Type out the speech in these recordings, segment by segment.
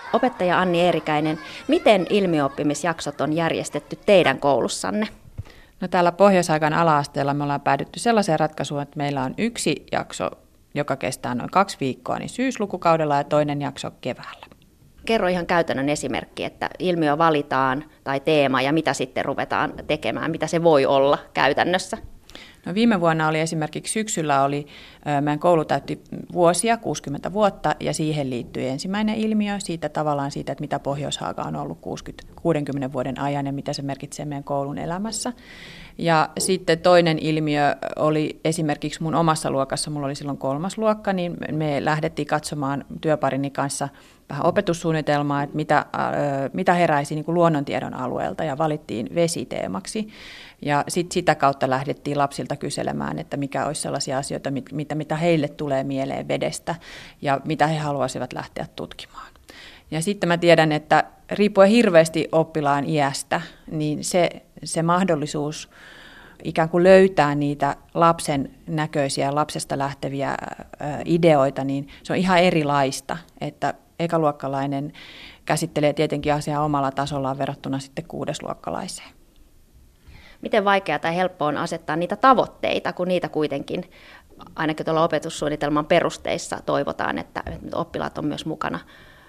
Opettaja Anni Eerikäinen, miten ilmiöoppimisjaksot on järjestetty teidän koulussanne? No täällä Pohjois-Aikan ala-asteella me ollaan päädytty sellaiseen ratkaisuun, että meillä on yksi jakso, joka kestää noin 2 viikkoa, niin syyslukukaudella ja toinen jakso keväällä. Kerro ihan käytännön esimerkki, että ilmiö valitaan tai teema ja mitä sitten ruvetaan tekemään, mitä se voi olla käytännössä. No viime vuonna oli esimerkiksi syksyllä meidän koulu täytti vuosia, 60 vuotta, ja siihen liittyi ensimmäinen ilmiö siitä, että mitä Pohjois-Haaga on ollut 60 vuoden ajan ja mitä se merkitsee meidän koulun elämässä. Ja sitten toinen ilmiö oli esimerkiksi mun omassa luokassa, mulla oli silloin 3. luokka, niin me lähdettiin katsomaan työparini kanssa vähän opetussuunnitelmaa, että mitä heräisi niin kuin luonnontiedon alueelta, ja valittiin vesiteemaksi. Ja sitten sitä kautta lähdettiin lapsilta kyselemään, että mikä olisi sellaisia asioita, mitä heille tulee mieleen vedestä ja mitä he haluaisivat lähteä tutkimaan. Ja sitten mä tiedän, että riippuen hirveästi oppilaan iästä, niin se mahdollisuus ikään kuin löytää niitä lapsen näköisiä, lapsesta lähteviä ideoita, niin se on ihan erilaista, että ekaluokkalainen käsittelee tietenkin asiaa omalla tasollaan verrattuna sitten 6-luokkalaiseen. Miten vaikeaa tai helppoa on asettaa niitä tavoitteita, kun niitä kuitenkin, ainakin tuolla opetussuunnitelman perusteissa toivotaan, että oppilaat on myös mukana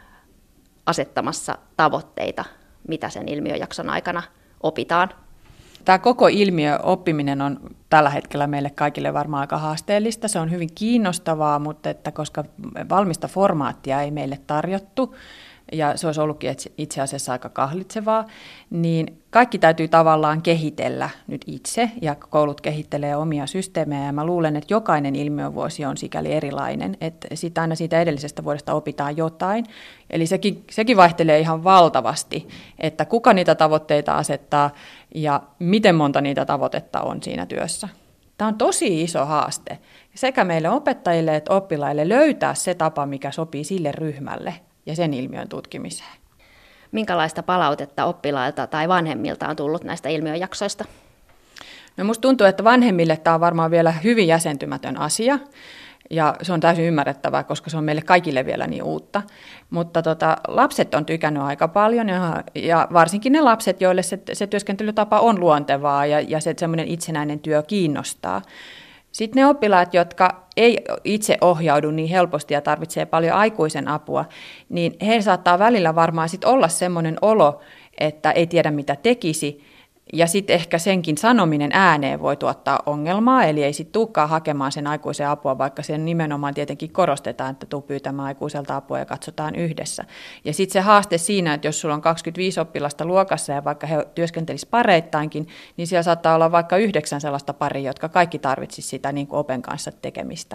asettamassa tavoitteita, mitä sen ilmiöjakson aikana opitaan. Tämä koko ilmiö oppiminen on tällä hetkellä meille kaikille varmaan aika haasteellista. Se on hyvin kiinnostavaa, mutta koska valmista formaattia ei meille tarjottu, ja se olisi ollutkin itse asiassa aika kahlitsevaa, niin kaikki täytyy tavallaan kehitellä nyt itse, ja koulut kehittelee omia systeemejä, ja mä luulen, että jokainen ilmiövuosi on sikäli erilainen, että aina siitä edellisestä vuodesta opitaan jotain, eli sekin vaihtelee ihan valtavasti, että kuka niitä tavoitteita asettaa, ja miten monta niitä tavoitetta on siinä työssä. Tämä on tosi iso haaste sekä meille opettajille että oppilaille löytää se tapa, mikä sopii sille ryhmälle ja sen ilmiön tutkimiseen. Minkälaista palautetta oppilailta tai vanhemmilta on tullut näistä ilmiöjaksoista? No musta tuntuu, että vanhemmille tämä on varmaan vielä hyvin jäsentymätön asia. Ja se on täysin ymmärrettävää, koska se on meille kaikille vielä niin uutta. Mutta lapset on tykännyt aika paljon ja varsinkin ne lapset, joille se työskentelytapa on luontevaa ja se semmoinen itsenäinen työ kiinnostaa. Sitten ne oppilaat, jotka ei itse ohjaudu niin helposti ja tarvitsee paljon aikuisen apua, niin heillä saattaa välillä varmaan sit olla semmoinen olo, että ei tiedä mitä tekisi. Ja sitten ehkä senkin sanominen ääneen voi tuottaa ongelmaa, eli ei sitten tulekaan hakemaan sen aikuisen apua, vaikka sen nimenomaan tietenkin korostetaan, että tuu pyytämään aikuiselta apua ja katsotaan yhdessä. Ja sitten se haaste siinä, että jos sulla on 25 oppilasta luokassa ja vaikka he työskentelisivät pareittainkin, niin siellä saattaa olla vaikka 9 sellaista paria, jotka kaikki tarvitsisivat sitä niin kuin open kanssa tekemistä.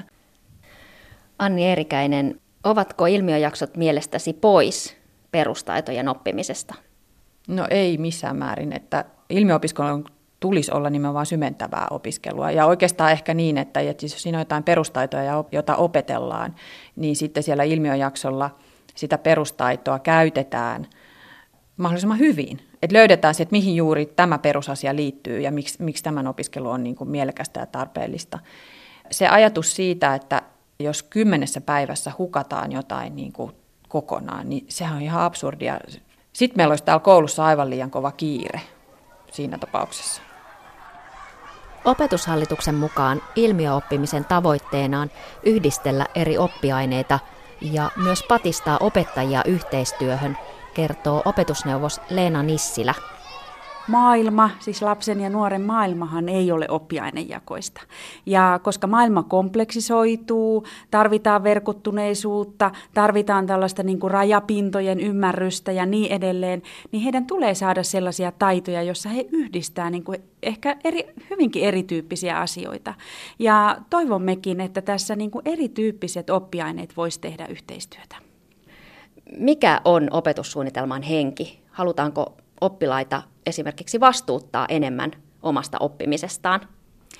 Anni Eerikäinen, ovatko ilmiöjaksot mielestäsi pois perustaitojen oppimisesta? No ei missään määrin, että ilmiöopiskelun tulisi olla nimenomaan syventävää opiskelua. Ja oikeastaan ehkä niin, että jos siinä on jotain perustaitoja, jota opetellaan, niin sitten siellä ilmiöjaksolla sitä perustaitoa käytetään mahdollisimman hyvin. Että löydetään se, että mihin juuri tämä perusasia liittyy ja miksi tämän opiskelu on niin kuin mielekästä ja tarpeellista. Se ajatus siitä, että jos 10 päivässä hukataan jotain niin kuin kokonaan, niin sehän on ihan absurdia. Sitten meillä olisi täällä koulussa aivan liian kova kiire siinä tapauksessa. Opetushallituksen mukaan ilmiöoppimisen tavoitteena on yhdistellä eri oppiaineita ja myös patistaa opettajia yhteistyöhön, kertoo opetusneuvos Leena Nissilä. Maailma, siis lapsen ja nuoren maailmahan ei ole oppiainejakoista. Ja koska maailma kompleksisoituu, tarvitaan verkottuneisuutta, tarvitaan tällaista niin kuin rajapintojen ymmärrystä ja niin edelleen, niin heidän tulee saada sellaisia taitoja, joissa he yhdistää niin kuin ehkä hyvinkin erityyppisiä asioita. Ja toivommekin, että tässä niin kuin erityyppiset oppiaineet voisi tehdä yhteistyötä. Mikä on opetussuunnitelman henki? Halutaanko oppilaita esimerkiksi vastuuttaa enemmän omasta oppimisestaan?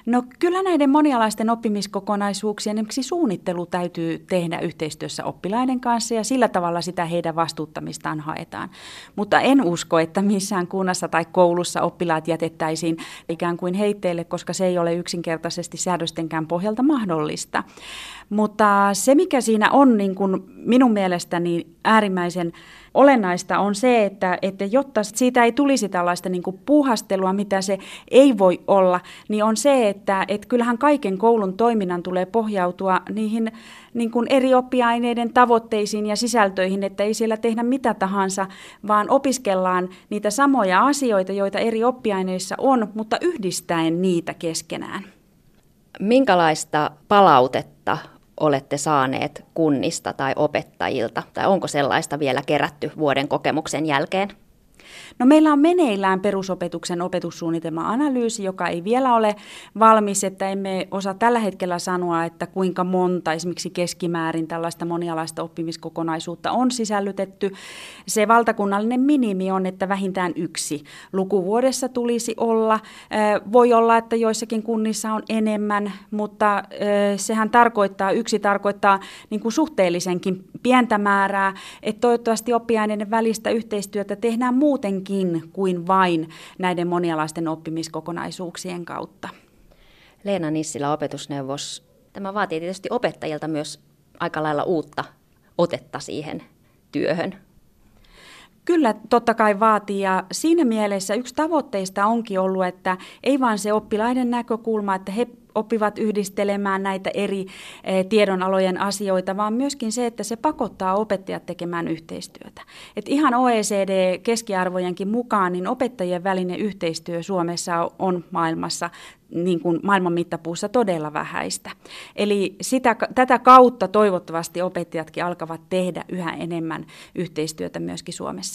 No kyllä näiden monialaisten oppimiskokonaisuuksien esimerkiksi suunnittelu täytyy tehdä yhteistyössä oppilaiden kanssa ja sillä tavalla sitä heidän vastuuttamistaan haetaan. Mutta en usko, että missään kunnassa tai koulussa oppilaat jätettäisiin ikään kuin heitteille, koska se ei ole yksinkertaisesti säädöstenkään pohjalta mahdollista. Mutta se, mikä siinä on niin kuin minun mielestäni äärimmäisen olennaista on se, että jotta siitä ei tulisi tällaista niin kuin puuhastelua, mitä se ei voi olla, niin on se, että kyllähän kaiken koulun toiminnan tulee pohjautua niihin niin kuin eri oppiaineiden tavoitteisiin ja sisältöihin, että ei siellä tehdä mitä tahansa, vaan opiskellaan niitä samoja asioita, joita eri oppiaineissa on, mutta yhdistäen niitä keskenään. Minkälaista palautetta olette saaneet kunnista tai opettajilta, tai onko sellaista vielä kerätty vuoden kokemuksen jälkeen? No meillä on meneillään perusopetuksen opetussuunnitelma-analyysi, joka ei vielä ole valmis, että emme osaa tällä hetkellä sanoa, että kuinka monta esimerkiksi keskimäärin tällaista monialaista oppimiskokonaisuutta on sisällytetty. Se valtakunnallinen minimi on, että vähintään 1 lukuvuodessa tulisi olla. Voi olla, että joissakin kunnissa on enemmän, mutta sehän yksi tarkoittaa niin kuin suhteellisenkin pientä määrää, että toivottavasti oppiaineiden välistä yhteistyötä tehdään muutenkin kuin vain näiden monialaisten oppimiskokonaisuuksien kautta. Leena Nissilä, opetusneuvos. Tämä vaatii tietysti opettajilta myös aika lailla uutta otetta siihen työhön. Kyllä, totta kai vaatii, ja siinä mielessä yksi tavoitteista onkin ollut, että ei vaan se oppilaiden näkökulma, että he oppivat yhdistelemään näitä eri tiedonalojen asioita, vaan myöskin se, että se pakottaa opettajat tekemään yhteistyötä. Et ihan OECD-keskiarvojenkin mukaan niin opettajien välinen yhteistyö Suomessa on maailmassa niin kuin maailman mittapuussa todella vähäistä. Eli tätä kautta toivottavasti opettajatkin alkavat tehdä yhä enemmän yhteistyötä myöskin Suomessa.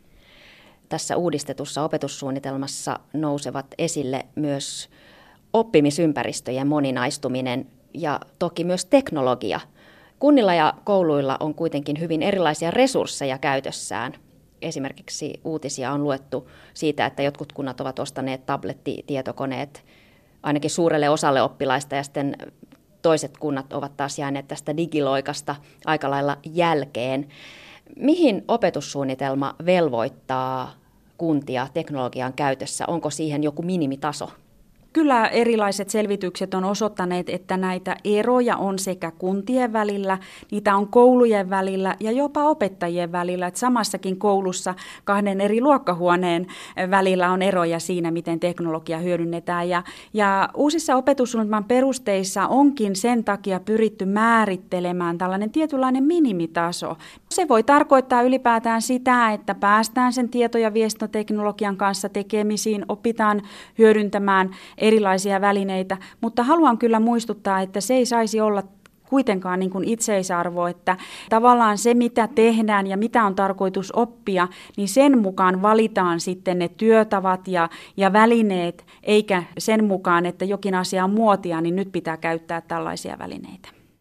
Tässä uudistetussa opetussuunnitelmassa nousevat esille myös oppimisympäristöjen moninaistuminen ja toki myös teknologia. Kunnilla ja kouluilla on kuitenkin hyvin erilaisia resursseja käytössään. Esimerkiksi uutisia on luettu siitä, että jotkut kunnat ovat ostaneet tablettitietokoneet ainakin suurelle osalle oppilaista ja sitten toiset kunnat ovat taas jääneet tästä digiloikasta aika lailla jälkeen. Mihin opetussuunnitelma velvoittaa kuntia teknologian käytössä? Onko siihen joku minimitaso? Kyllä erilaiset selvitykset on osoittaneet, että näitä eroja on sekä kuntien välillä, niitä on koulujen välillä ja jopa opettajien välillä. Että samassakin koulussa 2 eri luokkahuoneen välillä on eroja siinä, miten teknologia hyödynnetään. Ja uusissa opetussuunnitelman perusteissa onkin sen takia pyritty määrittelemään tällainen tietynlainen minimitaso. Se voi tarkoittaa ylipäätään sitä, että päästään sen tieto- ja viestintäteknologian kanssa tekemisiin, opitaan hyödyntämään erilaisia välineitä, mutta haluan kyllä muistuttaa, että se ei saisi olla kuitenkaan niin kuin itseisarvo, että tavallaan se, mitä tehdään ja mitä on tarkoitus oppia, niin sen mukaan valitaan sitten ne työtavat ja välineet, eikä sen mukaan, että jokin asia on muotia, niin nyt pitää käyttää tällaisia välineitä.